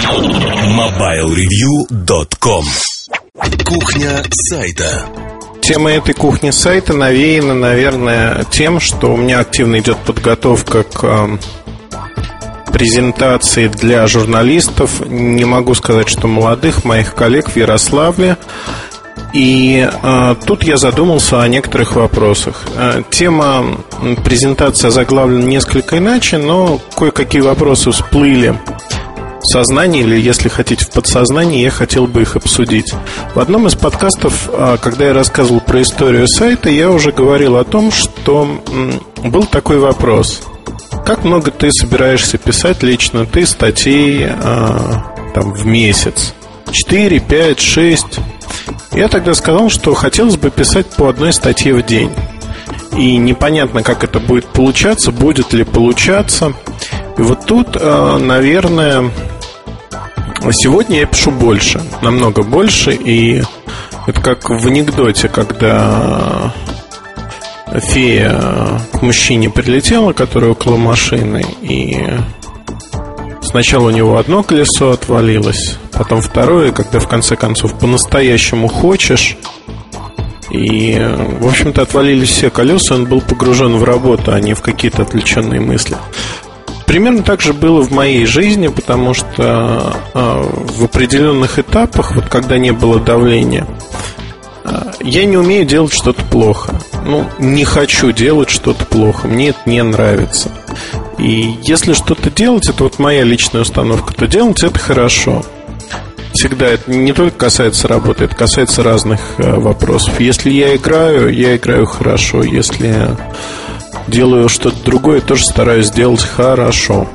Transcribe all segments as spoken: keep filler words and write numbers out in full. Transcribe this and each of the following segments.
мобайл ревью точка ком. Кухня сайта. Тема этой кухни сайта навеяна, наверное, тем, что у меня активно идет подготовка к э, презентации для журналистов. Не могу сказать, что молодых, моих коллег в Ярославле. И э, тут я задумался о некоторых вопросах. э, Тема презентации озаглавлена несколько иначе, но кое-какие вопросы всплыли в сознании, или, если хотите, в подсознании. Я хотел бы их обсудить. В одном из подкастов, э, когда я рассказывал про историю сайта, я уже говорил о том, что э, был такой вопрос: как много ты собираешься писать лично ты статей э, там, в месяц? четыре, пять, шесть? Я тогда сказал, что хотелось бы писать по одной статье в день. И непонятно, как это будет получаться, будет ли получаться. И вот тут, наверное, сегодня я пишу больше, намного больше. И это как в анекдоте, когда фея к мужчине прилетела, который около машины, и сначала у него одно колесо отвалилось, потом второе, когда в конце концов по-настоящему хочешь. И, в общем-то, отвалились все колеса, он был погружен в работу, а не в какие-то отвлеченные мысли. Примерно так же было в моей жизни, потому что э, в определенных этапах, вот когда не было давления, э, я не умею делать что-то плохо. Ну, не хочу делать что-то плохо, мне это не нравится. И если что-то делать, это вот моя личная установка, то делать это хорошо. Всегда это не только касается работы, это касается разных э, вопросов. Если я играю, я играю хорошо. Если делаю что-то другое, тоже стараюсь делать хорошо.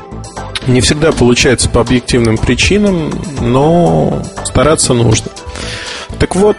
Не всегда получается по объективным причинам, но стараться нужно. Так вот,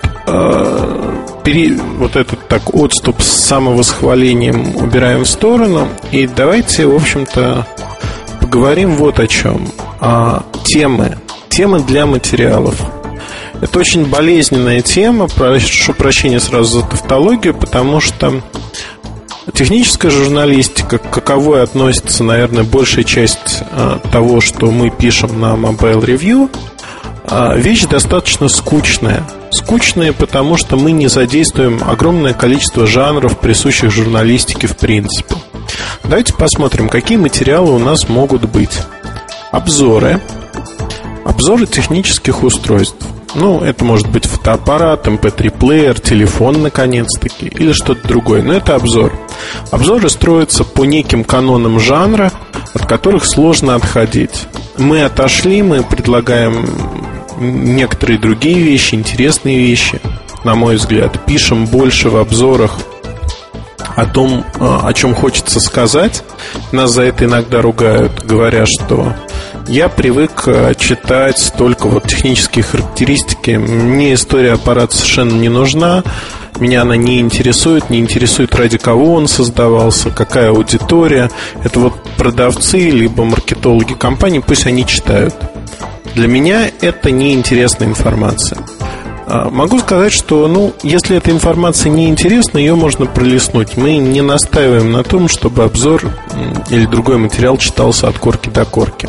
э, пере, вот этот так отступ с самовосхвалением убираем в сторону. И давайте, в общем-то, поговорим вот о чем. О темы. Темы для материалов. Это очень болезненная тема. Прошу прощения сразу за тавтологию, потому что техническая журналистика, к каковой относится, наверное, большая часть а, того, что мы пишем на Mobile Review, а, вещь достаточно скучная. Скучная, потому что мы не задействуем огромное количество жанров, присущих журналистике в принципе. Давайте посмотрим, какие материалы у нас могут быть. Обзоры. Обзоры технических устройств. Ну, это может быть фотоаппарат, эм пэ три плеер, телефон, наконец-таки, или что-то другое. Но это обзор. Обзоры строятся по неким канонам жанра, от которых сложно отходить. Мы отошли, мы предлагаем некоторые другие вещи, интересные вещи, на мой взгляд. Пишем больше в обзорах о том, о чем хочется сказать. Нас за это иногда ругают, говоря, что я привык читать только вот технические характеристики. Мне история аппарата совершенно не нужна. Меня она не интересует. Не интересует, ради кого он создавался, какая аудитория. Это вот продавцы, либо маркетологи компании, пусть они читают. Для меня это неинтересная информация. Могу сказать, что, ну, если эта информация неинтересна, ее можно пролистнуть. Мы не настаиваем на том, чтобы обзор или другой материал читался от корки до корки.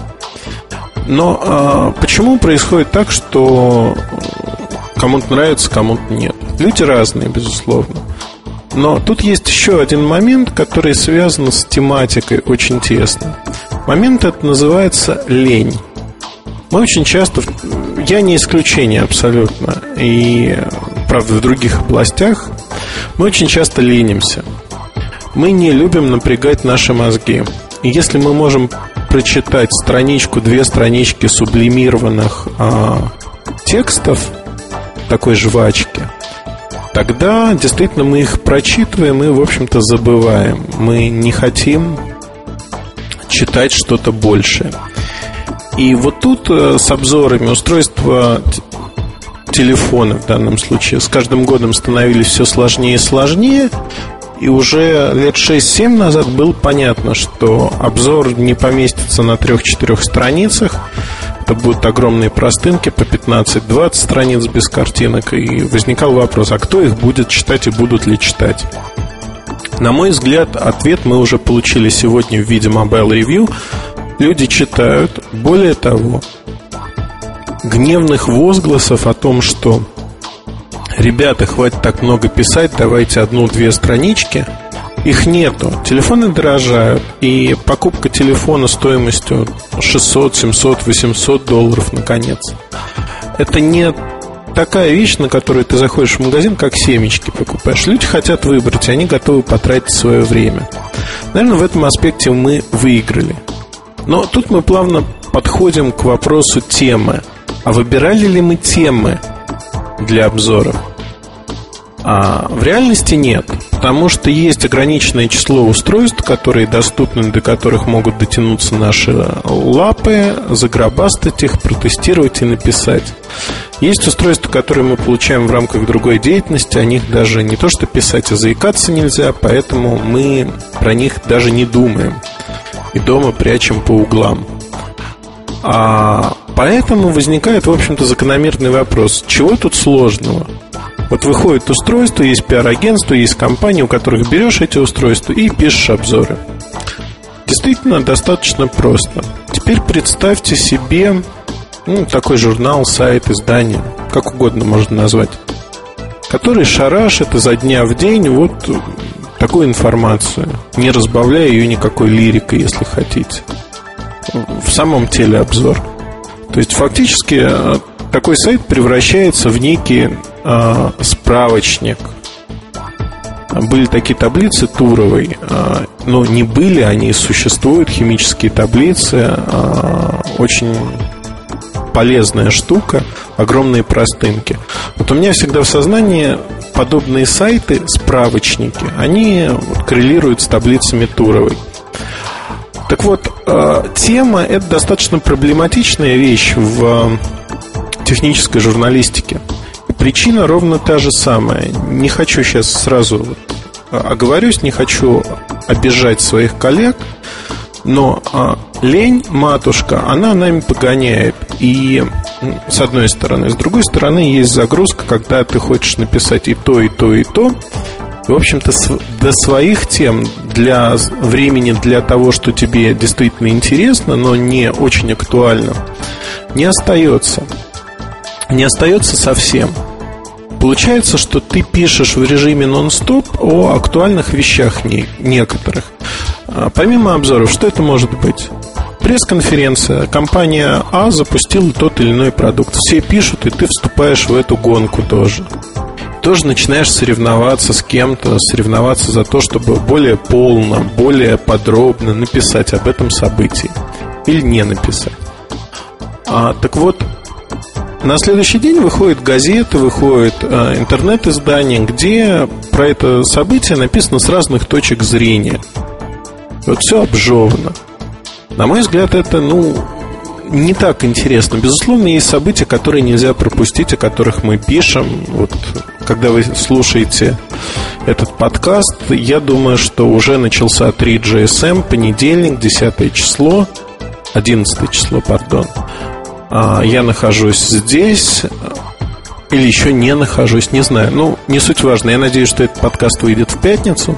Но а, почему происходит так, что кому-то нравится, кому-то нет? Люди разные, безусловно. Но тут есть еще один момент, который связан с тематикой очень тесно. Момент этот называется лень. Мы очень часто, я не исключение абсолютно, и, правда, в других областях мы очень часто ленимся. Мы не любим напрягать наши мозги. И если мы можем прочитать страничку, две странички сублимированных а, текстов такой жвачки, тогда действительно мы их прочитываем и, в общем-то, забываем. Мы не хотим читать что-то большее. И вот тут с обзорами устройства телефона в данном случае с каждым годом становились все сложнее и сложнее. И уже лет шесть-семь назад было понятно, что обзор не поместится на трех-четырех страницах. Это будут огромные простынки по пятнадцать-двадцать страниц без картинок. И возникал вопрос, а кто их будет читать и будут ли читать? На мой взгляд, ответ мы уже получили сегодня в виде Mobile Review. Люди читают. Более того, гневных возгласов о том, что ребята, хватит так много писать, давайте одну-две странички, их нету. Телефоны дорожают, и покупка телефона стоимостью шестьсот, семьсот, восемьсот долларов, наконец, это не такая вещь, на которую ты заходишь в магазин, как семечки покупаешь. Люди хотят выбрать, и они готовы потратить свое время. Наверное, в этом аспекте мы выиграли. Но тут мы плавно подходим к вопросу темы. А выбирали ли мы темы для обзоров? А в реальности нет, потому что есть ограниченное число устройств, которые доступны, до которых могут дотянуться наши лапы, загробастать их, протестировать и написать. Есть устройства, которые мы получаем в рамках другой деятельности, о них даже не то что писать, а заикаться нельзя, поэтому мы про них даже не думаем и дома прячем по углам. А поэтому возникает, в общем-то, закономерный вопрос: чего тут сложного? Вот выходит устройство, есть пиар-агентство, есть компании, у которых берешь эти устройства и пишешь обзоры. Действительно, достаточно просто. Теперь представьте себе, ну, такой журнал, сайт, издание, как угодно можно назвать, который шарашит изо дня в день вот такую информацию, не разбавляя ее никакой лирикой, если хотите. В самом теле обзор. То есть фактически такой сайт превращается в некий э, справочник. Были такие таблицы Туровой, э, но не были, они существуют, химические таблицы, э, очень полезная штука, огромные простынки. Вот у меня всегда в сознании подобные сайты, справочники, они вот коррелируют с таблицами Туровой. Так вот, э, тема – это достаточно проблематичная вещь в технической журналистике. Причина ровно та же самая. Не хочу сейчас сразу оговорюсь, не хочу обижать своих коллег, но э, лень, матушка, она нами погоняет. И с одной стороны. С другой стороны, есть загрузка, когда ты хочешь написать и то, и то, и то. В общем-то, до своих тем, для времени, для того, что тебе действительно интересно, но не очень актуально, не остается. Не остается совсем. Получается, что ты пишешь в режиме нон-стоп о актуальных вещах некоторых. Помимо обзоров, что это может быть? Пресс-конференция. Компания А запустила тот или иной продукт. Все пишут, и ты вступаешь в эту гонку тоже. Тоже начинаешь соревноваться с кем-то, соревноваться за то, чтобы более полно, более подробно написать об этом событии. Или не написать. а, Так вот, на следующий день выходит газета, выходит а, интернет-издание, где про это событие написано с разных точек зрения. Вот все обжевано. На мой взгляд, это, ну, не так интересно. Безусловно, есть события, которые нельзя пропустить, о которых мы пишем. Вот, когда вы слушаете этот подкаст, я думаю, что уже начался три джи эс эм, понедельник, десятое число, одиннадцатое число, пардон. Я нахожусь здесь, или еще не нахожусь, не знаю. Ну, не суть важно. Я надеюсь, что этот подкаст выйдет в пятницу.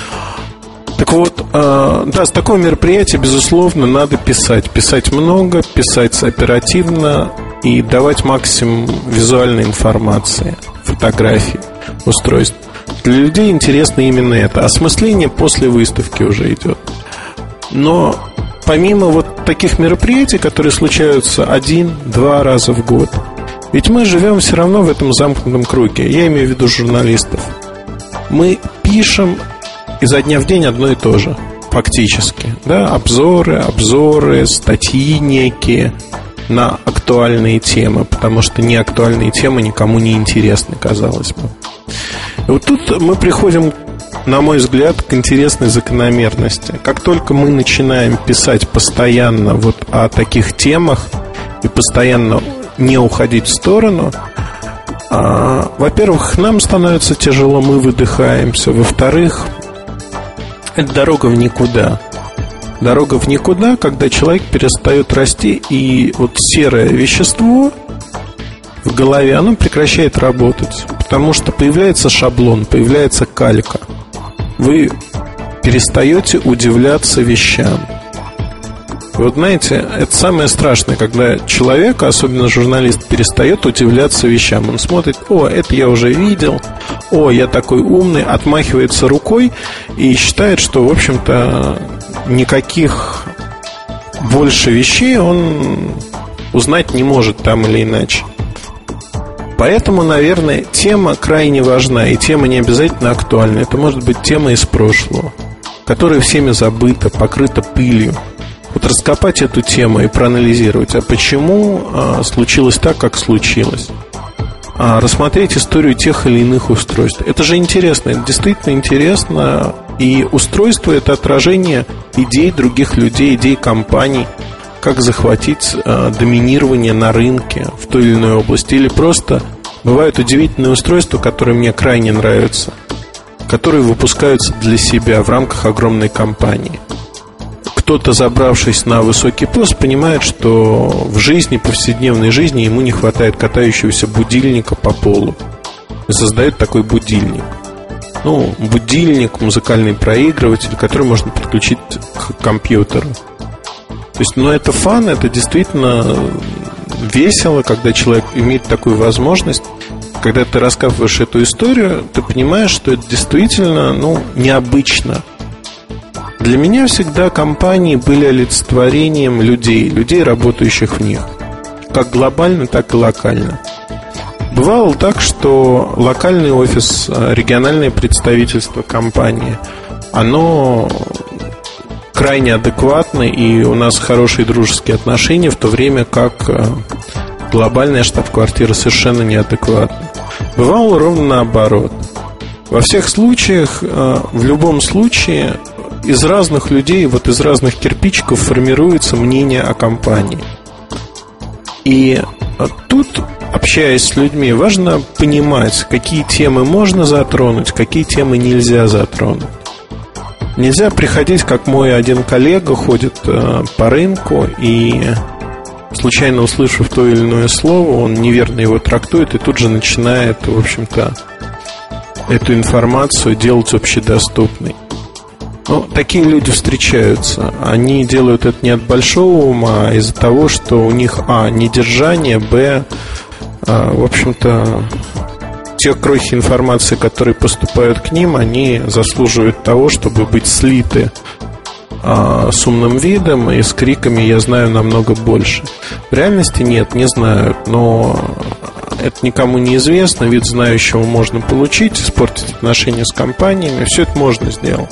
Так вот, да, с такого мероприятия, безусловно, надо писать. Писать много, писать оперативно и давать максимум визуальной информации, фотографий, устройств. Для людей интересно именно это. Осмысление после выставки уже идет. Но помимо вот таких мероприятий, которые случаются один-два раза в год, ведь мы живем все равно в этом замкнутом круге. Я имею в виду журналистов. Мы пишем изо дня в день одно и то же, фактически, да, обзоры, обзоры, статьи некие на актуальные темы, потому что неактуальные темы никому не интересны, казалось бы. И вот тут мы приходим, на мой взгляд, к интересной закономерности. Как только мы начинаем писать постоянно вот о таких темах и постоянно не уходить в сторону, а, во-первых, нам становится тяжело, мы выдыхаемся. Во-вторых, это дорога в никуда. Дорога в никуда, когда человек перестает расти, и вот серое вещество в голове, оно прекращает работать, потому что появляется шаблон, появляется калька. Вы перестаете удивляться вещам. Вот знаете, это самое страшное, когда человек, особенно журналист, перестает удивляться вещам. Он смотрит: о, это я уже видел, о, я такой умный, отмахивается рукой и считает, что, в общем-то, никаких больше вещей он узнать не может там или иначе. Поэтому, наверное, тема крайне важна, и тема не обязательно актуальна. Это может быть тема из прошлого, которая всеми забыта, покрыта пылью. Вот раскопать эту тему и проанализировать, а почему а, случилось так, как случилось. А, рассмотреть историю тех или иных устройств. Это же интересно, это действительно интересно. И устройство – это отражение идей других людей, идей компаний. Как захватить а, доминирование на рынке в той или иной области. Или просто бывают удивительные устройства, которые мне крайне нравятся, которые выпускаются для себя в рамках огромной компании. Кто-то, забравшись на высокий пост, понимает, что в жизни, повседневной жизни ему не хватает катающегося будильника по полу, и создает такой будильник. Ну, будильник, музыкальный проигрыватель, который можно подключить к компьютеру. То есть, ну, это фан, это действительно весело, когда человек имеет такую возможность. Когда ты рассказываешь эту историю, ты понимаешь, что это действительно, ну, необычно. Для меня всегда компании были олицетворением людей, людей, работающих в них, как глобально, так и локально. Бывало так, что локальный офис, региональное представительство компании, оно крайне адекватно, и у нас хорошие дружеские отношения, в то время как глобальная штаб-квартира совершенно неадекватна. Бывало ровно наоборот. Во всех случаях, в любом случае, из разных людей, вот из разных кирпичиков формируется мнение о компании. И тут, общаясь с людьми, важно понимать, какие темы можно затронуть, какие темы нельзя затронуть. Нельзя приходить, как мой один коллега ходит э, по рынку и, случайно услышав то или иное слово, он неверно его трактует и тут же начинает, в общем-то, эту информацию делать общедоступной. Ну, такие люди встречаются. Они делают это не от большого ума, а из-за того, что у них а. недержание, б. А, в общем-то, те крохи информации, которые поступают к ним, они заслуживают того, чтобы быть слиты а, с умным видом и с криками «я знаю намного больше». В реальности нет, не знают, но это никому не известно. Вид знающего можно получить, испортить отношения с компаниями. Все это можно сделать.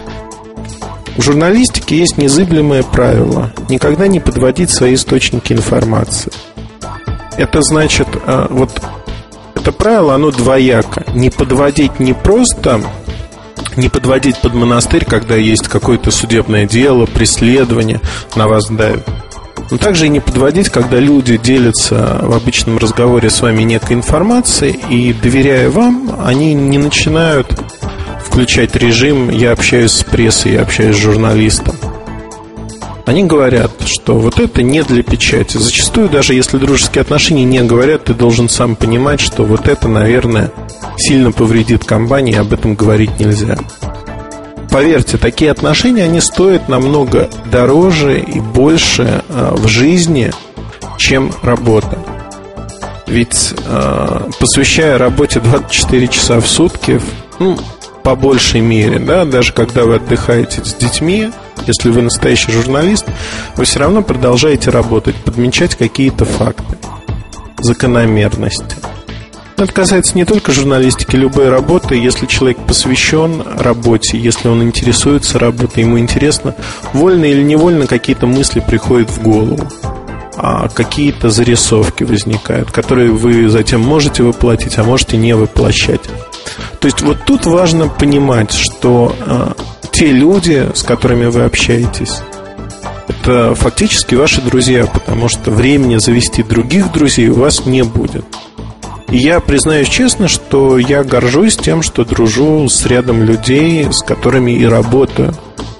В журналистике есть незыблемое правило: никогда не подводить свои источники информации. Это значит, вот это правило, оно двояко. Не подводить не просто, не подводить под монастырь, когда есть какое-то судебное дело, преследование, на вас давят. Но также и не подводить, когда люди делятся в обычном разговоре с вами некой информацией, и, доверяя вам, они не начинают включать режим «я общаюсь с прессой, я общаюсь с журналистом». Они говорят, что вот это не для печати. Зачастую, даже если дружеские отношения не говорят, ты должен сам понимать, что вот это, наверное, сильно повредит компании, об этом говорить нельзя. Поверьте, такие отношения, они стоят намного дороже и больше в жизни, чем работа. Ведь посвящая работе двадцать четыре часа в сутки, ну, по большей мере, да, даже когда вы отдыхаете с детьми, если вы настоящий журналист, вы все равно продолжаете работать, подмечать какие-то факты, закономерности. Это касается не только журналистики, любой работы. Если человек посвящен работе, если он интересуется работой, ему интересно, вольно или невольно какие-то мысли приходят в голову, а какие-то зарисовки возникают, которые вы затем можете воплотить, а можете не воплощать. То есть вот тут важно понимать, что э, те люди, с которыми вы общаетесь, это фактически ваши друзья, потому что времени завести других друзей у вас не будет. И я признаюсь честно, что я горжусь тем, что дружу с рядом людей, с которыми и работаю.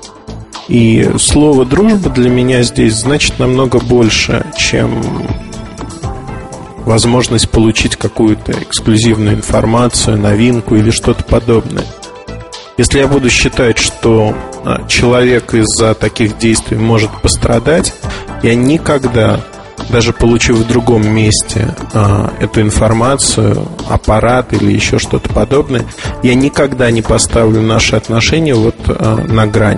И слово «дружба» для меня здесь значит намного больше, чем возможность получить какую-то эксклюзивную информацию, новинку или что-то подобное. Если я буду считать, что человек из-за таких действий может пострадать, я никогда, даже получив в другом месте э, эту информацию, аппарат или еще что-то подобное, я никогда не поставлю наши отношения вот э, на грань.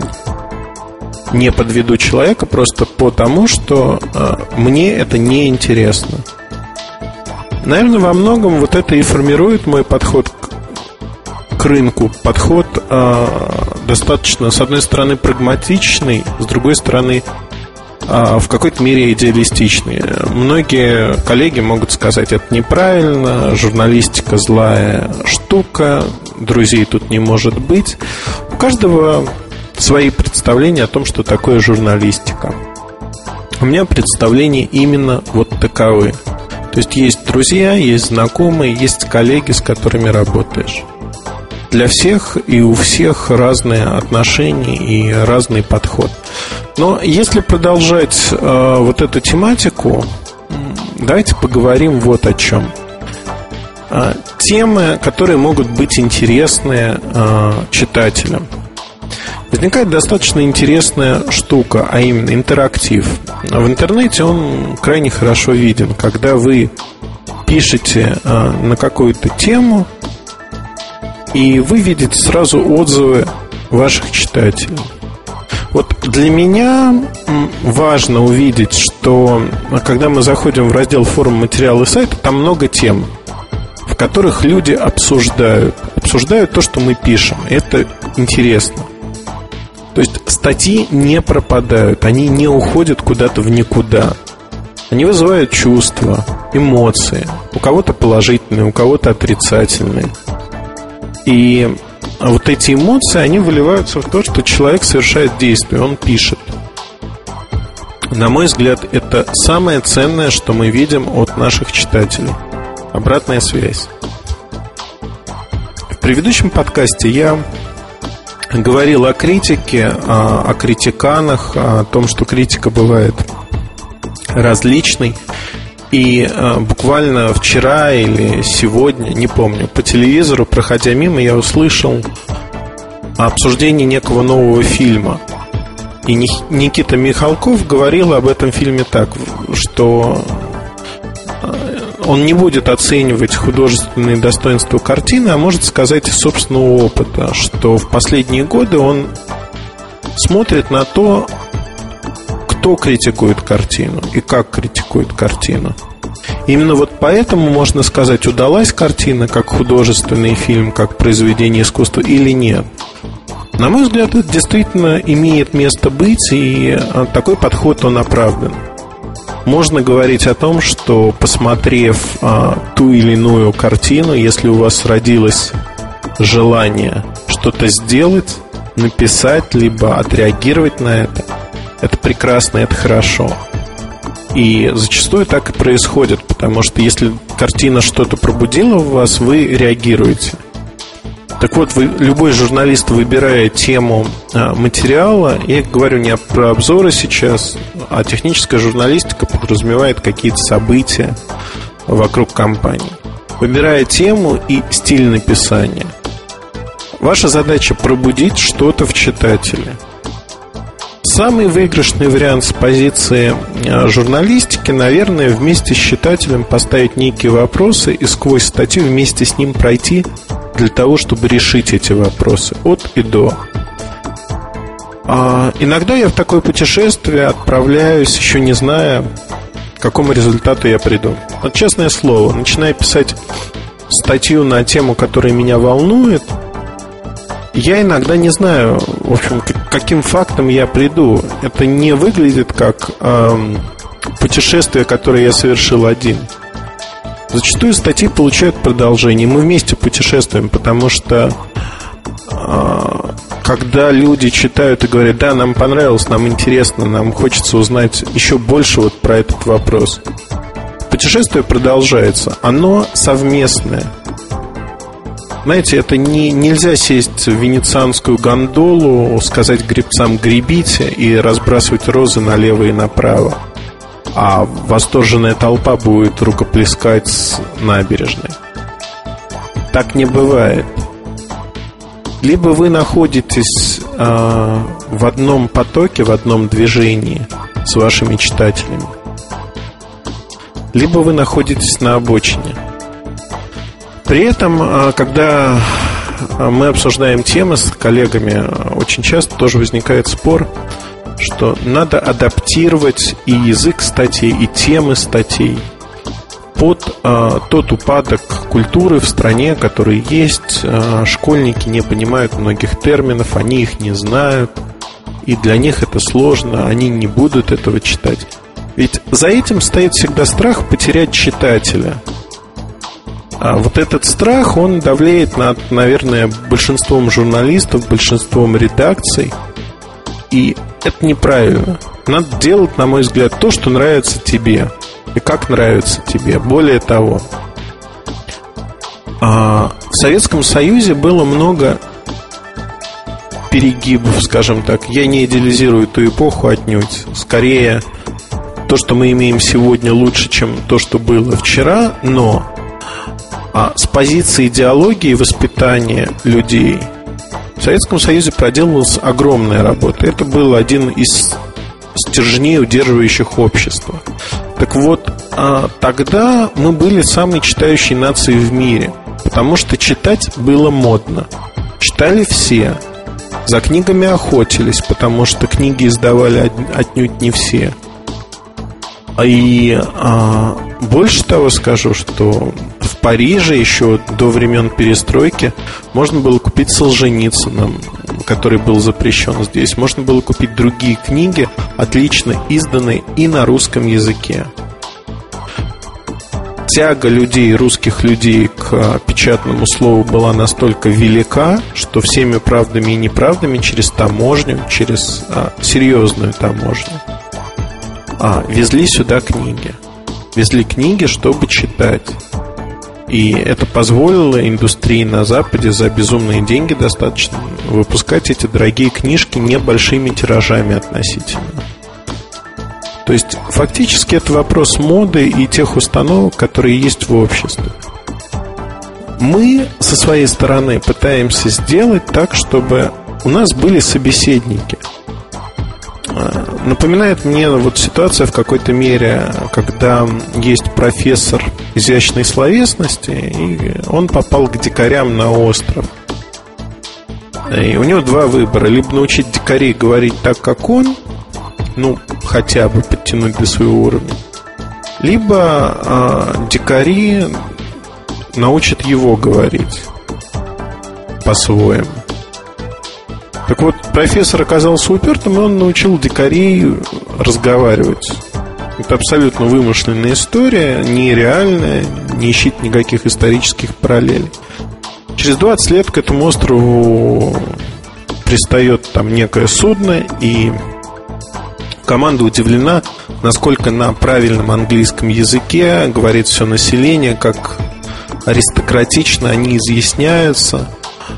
Не подведу человека просто потому, что э, мне это не интересно. Наверное, во многом вот это и формирует мой подход к, к рынку. Подход э, достаточно, с одной стороны, прагматичный, с другой стороны, в какой-то мере идеалистичные. Многие коллеги могут сказать, это неправильно, журналистика злая штука, друзей тут не может быть. У каждого свои представления о том, что такое журналистика. У меня представления именно вот таковы. То есть есть друзья, есть знакомые, есть коллеги, с которыми работаешь. Для всех и у всех разные отношения и разный подход. Но если продолжать э, вот эту тематику, давайте поговорим вот о чем. Э, темы, которые могут быть интересны э, читателям. Возникает достаточно интересная штука, а именно интерактив. В интернете он крайне хорошо виден. Когда вы пишете э, на какую-то тему, и вы видите сразу отзывы ваших читателей. Вот для меня важно увидеть, что когда мы заходим в раздел форум, материалы сайта, там много тем, в которых люди обсуждают. Обсуждают то, что мы пишем. Это интересно. То есть статьи не пропадают, они не уходят куда-то в никуда. Они вызывают чувства, эмоции. У кого-то положительные, у кого-то отрицательные. И вот эти эмоции, они выливаются в то, что человек совершает действие, он пишет. На мой взгляд, это самое ценное, что мы видим от наших читателей. Обратная связь. В предыдущем подкасте я говорил о критике, о, о критиканах, о том, что критика бывает различной. И э, буквально вчера или сегодня, не помню, по телевизору, проходя мимо, я услышал обсуждение некого нового фильма. И Никита Михалков говорил об этом фильме так, что он не будет оценивать художественные достоинства картины, а может сказать из собственного опыта, что в последние годы он смотрит на то, кто критикует картину и как критикует картину. Именно вот поэтому можно сказать, удалась картина как художественный фильм, как произведение искусства или нет. На мой взгляд, это действительно имеет место быть, и такой подход, он оправдан. Можно говорить о том, что, посмотрев а, ту или иную картину, если у вас родилось желание что-то сделать, написать, либо отреагировать на это, это прекрасно, это хорошо. И зачастую так и происходит, потому что если картина что-то пробудила в вас, вы реагируете. Так вот, вы, любой журналист, выбирая тему а, материала, я говорю не про обзоры сейчас, а техническая журналистика подразумевает какие-то события вокруг компании. Выбирая тему и стиль написания, ваша задача пробудить что-то в читателе. Самый выигрышный вариант с позиции журналистики, наверное, вместе с читателем поставить некие вопросы и сквозь статью вместе с ним пройти для того, чтобы решить эти вопросы от и до. а, Иногда я в такое путешествие отправляюсь, еще не зная, к какому результату я приду. Вот честное слово, начиная писать статью на тему, которая меня волнует, я иногда не знаю, в общем, к каким фактам я приду. Это не выглядит как эм, путешествие, которое я совершил один. Зачастую статьи получают продолжение. Мы вместе путешествуем, потому что э, когда люди читают и говорят, да, нам понравилось, нам интересно, нам хочется узнать еще больше вот про этот вопрос, путешествие продолжается. Оно совместное. Знаете, это не, нельзя сесть в венецианскую гондолу, сказать гребцам «гребите» и разбрасывать розы налево и направо, а восторженная толпа будет рукоплескать с набережной. Так не бывает. Либо вы находите находитесь э, в одном потоке, в одном движении с вашими читателями, либо вы находитесь на обочине. При этом, э, когда мы обсуждаем темы с коллегами, очень часто тоже возникает спор, что надо адаптировать и язык статей, и темы статей под э, тот упадок культуры в стране, который есть. Э, школьники не понимают многих терминов, они их не знают, и для них это сложно, они не будут этого читать. Ведь за этим стоит всегда страх потерять читателя. А вот этот страх, он давлеет над, наверное, большинством журналистов, большинством редакций. И это неправильно. Надо делать, на мой взгляд, то, что нравится тебе. И как нравится тебе. Более того, в Советском Союзе было много перегибов, скажем так. Я не идеализирую ту эпоху отнюдь. Скорее, то, что мы имеем сегодня, лучше, чем то, что было вчера. Но с позиции идеологии и воспитания людей в Советском Союзе проделывалась огромная работа. Это был один из стержней, удерживающих общество. Так вот, тогда мы были самой читающей нацией в мире, потому что читать было модно. Читали все. За книгами охотились, потому что книги издавали отнюдь не все. И а, больше того скажу, что в Париже еще до времен перестройки можно было купить Солженицына, который был запрещен здесь. Можно было купить другие книги, отлично изданные и на русском языке. Тяга людей, русских людей к печатному слову была настолько велика, что всеми правдами и неправдами через таможню, через а, серьезную таможню, а, везли сюда книги. Везли книги, чтобы читать. И это позволило индустрии на Западе за безумные деньги достаточно выпускать эти дорогие книжки небольшими тиражами относительно. То есть фактически это вопрос моды и тех установок, которые есть в обществе. Мы со своей стороны пытаемся сделать так, чтобы у нас были собеседники. Напоминает мне вот ситуация в какой-то мере, когда есть профессор изящной словесности, и он попал к дикарям на остров. И у него два выбора: либо научить дикарей говорить так, как он, ну, хотя бы подтянуть до своего уровня, либо э, дикари научат его говорить по-своему. Так вот, профессор оказался упертым, и он научил дикарей разговаривать. Это абсолютно вымышленная история, нереальная, не ищет никаких исторических параллелей. Через двадцать лет к этому острову пристает там некое судно, и команда удивлена, насколько на правильном английском языке говорит все население, как аристократично они изъясняются.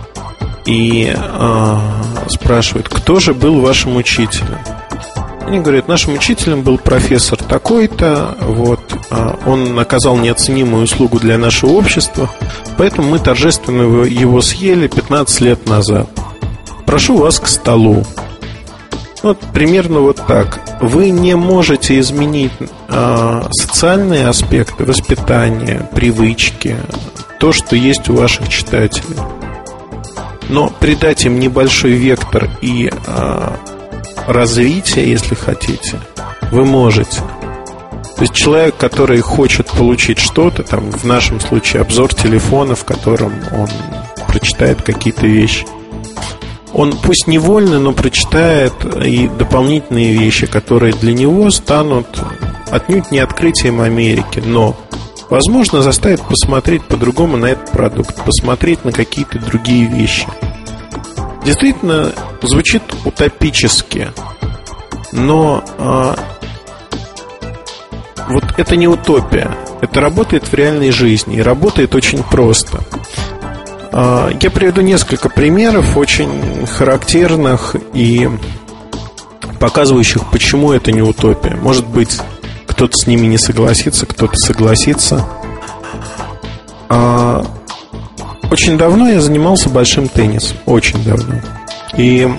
И э, спрашивают, кто же был вашим учителем? Они говорят, нашим учителем был профессор такой-то, вот, э, он оказал неоценимую услугу для нашего общества, поэтому мы торжественно его съели пятнадцать лет назад. Прошу вас к столу. Вот примерно вот так. Вы не можете изменить э, социальные аспекты, воспитание, привычки, то, что есть у ваших читателей. Но придать им небольшой вектор и э, развитие, если хотите, вы можете. То есть человек, который хочет получить что-то, там, в нашем случае обзор телефона, в котором он прочитает какие-то вещи, он пусть невольно, но прочитает и дополнительные вещи, которые для него станут отнюдь не открытием Америки, но, возможно, заставит посмотреть по-другому на этот продукт, посмотреть на какие-то другие вещи. Действительно, звучит утопически, но а, вот это не утопия. Это работает в реальной жизни, и работает очень просто. а, Я приведу несколько примеров, очень характерных и показывающих, почему это не утопия. Может быть, кто-то с ними не согласится, кто-то согласится. а, Очень давно я занимался большим теннисом. Очень давно. И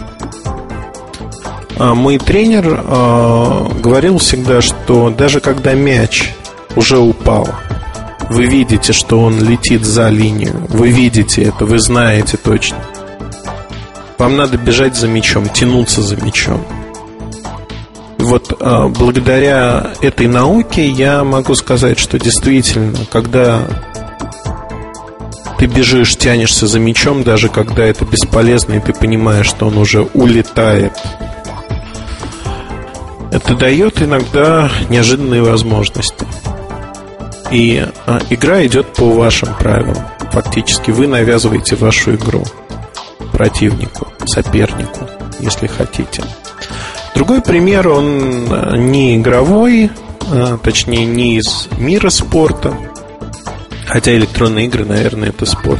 мой тренер э, говорил всегда, что даже когда мяч уже упал, вы видите, что он летит за линию, вы видите это, вы знаете точно, вам надо бежать за мячом, тянуться за мячом. И вот э, благодаря этой науке я могу сказать, что действительно, когда ты бежишь, тянешься за мячом, даже когда это бесполезно, и ты понимаешь, что он уже улетает, это дает иногда неожиданные возможности. И а, игра идет по вашим правилам. Фактически вы навязываете вашу игру противнику, сопернику, если хотите. Другой пример, он не игровой, а, точнее не из мира спорта, хотя электронные игры, наверное, это спорт.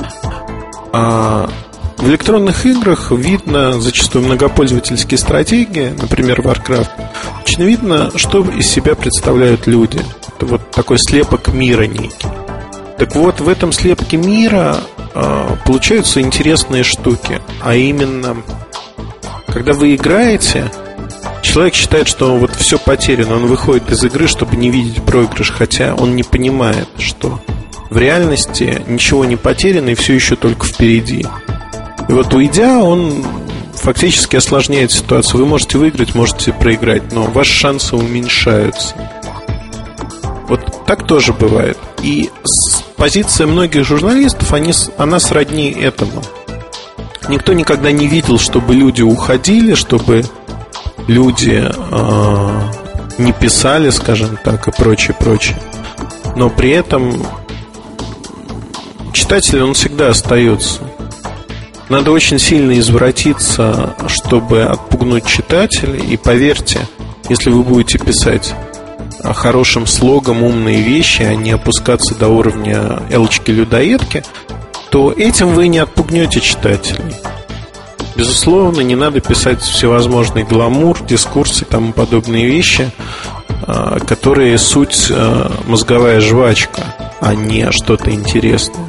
А в электронных играх видно зачастую многопользовательские стратегии, например, Warcraft. Очень видно, что из себя представляют люди. Это вот такой слепок мира некий. Так вот, в этом слепке мира э, получаются интересные штуки. А именно, когда вы играете, человек считает, что вот все потеряно. Он выходит из игры, чтобы не видеть проигрыш, хотя он не понимает, что в реальности ничего не потеряно и все еще только впереди. И вот уйдя, он фактически осложняет ситуацию. Вы можете выиграть, можете проиграть, но ваши шансы уменьшаются. Вот так тоже бывает. И позиция многих журналистов, они, она сродни этому. Никто никогда не видел, чтобы люди уходили, чтобы люди э, не писали, скажем так, и прочее, прочее. Но при этом читатель, он всегда остается. Надо очень сильно извратиться, чтобы отпугнуть читателей. И поверьте, если вы будете писать хорошим слогом умные вещи, а не опускаться до уровня Элочки-людоедки, то этим вы не отпугнете читателей. Безусловно, не надо писать всевозможный гламур, дискурс и тому подобные вещи, которые суть мозговая жвачка, а не что-то интересное.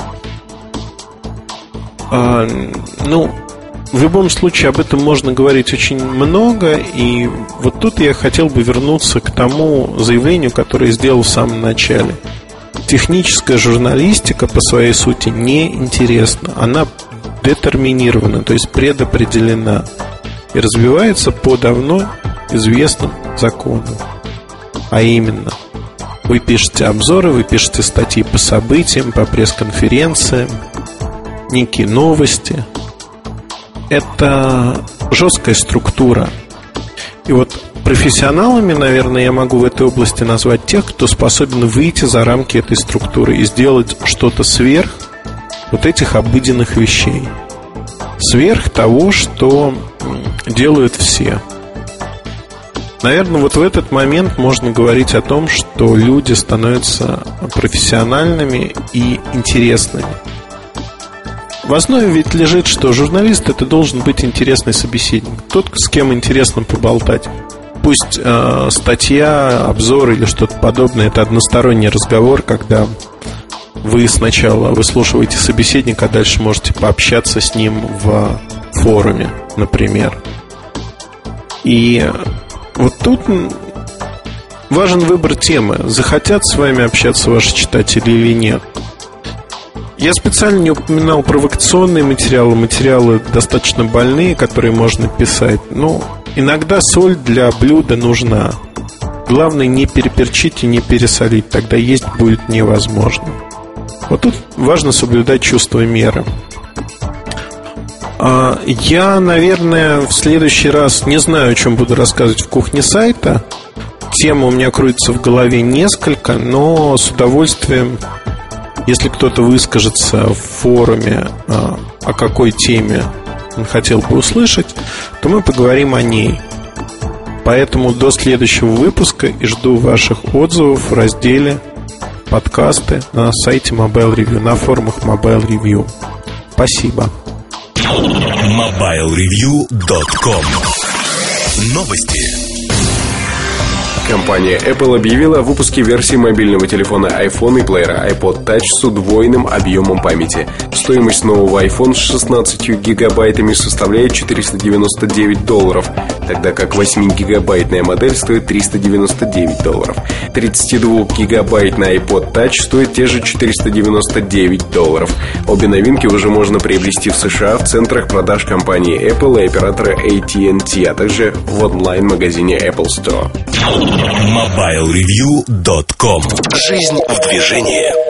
А, ну, в любом случае об этом можно говорить очень много. И вот тут я хотел бы вернуться к тому заявлению, которое я сделал в самом начале. Техническая журналистика по своей сути неинтересна. Она детерминирована, то есть предопределена, и развивается по давно известным законам. А именно, вы пишете обзоры, вы пишете статьи по событиям, по пресс-конференциям, некие новости. Это жесткая структура. И вот профессионалами, наверное, я могу в этой области назвать тех, кто способен выйти за рамки этой структуры и сделать что-то сверх вот этих обыденных вещей, сверх того, что делают все. Наверное, вот в этот момент можно говорить о том, что люди становятся профессиональными и интересными. В основе ведь лежит, что журналист — это должен быть интересный собеседник, тот, с кем интересно поболтать. Пусть э, статья, обзор или что-то подобное — это односторонний разговор, когда вы сначала выслушиваете собеседника, а дальше можете пообщаться с ним в форуме, например. И вот тут важен выбор темы. Захотят с вами общаться ваши читатели или нет. Я специально не упоминал провокационные материалы, материалы достаточно больные, которые можно писать. Но иногда соль для блюда нужна. Главное, не переперчить и не пересолить, тогда есть будет невозможно. Вот тут важно соблюдать чувство меры. Я, наверное, в следующий раз не знаю, о чем буду рассказывать в кухне сайта. Тема у меня крутится в голове несколько, но с удовольствием, если кто-то выскажется в форуме, о какой теме он хотел бы услышать, то мы поговорим о ней. Поэтому до следующего выпуска и жду ваших отзывов в разделе подкасты на сайте Mobile Review, на форумах Mobile Review. Спасибо. мобайл ревью точка ком. Новости. Компания Apple объявила о выпуске версии мобильного телефона iPhone и плеера iPod Touch с удвоенным объемом памяти. Стоимость нового iPhone с шестнадцатью гигабайтами составляет четыреста девяносто девять долларов, тогда как восьмигигабайтная модель стоит триста девяносто девять долларов. тридцатидвухгигабайтный iPod Touch стоит те же четыреста девяносто девять долларов. Обе новинки уже можно приобрести в США в центрах продаж компании Apple и оператора эй ти энд ти, а также в онлайн-магазине Apple Store. мобайл ревью точка ком. Жизнь в движении.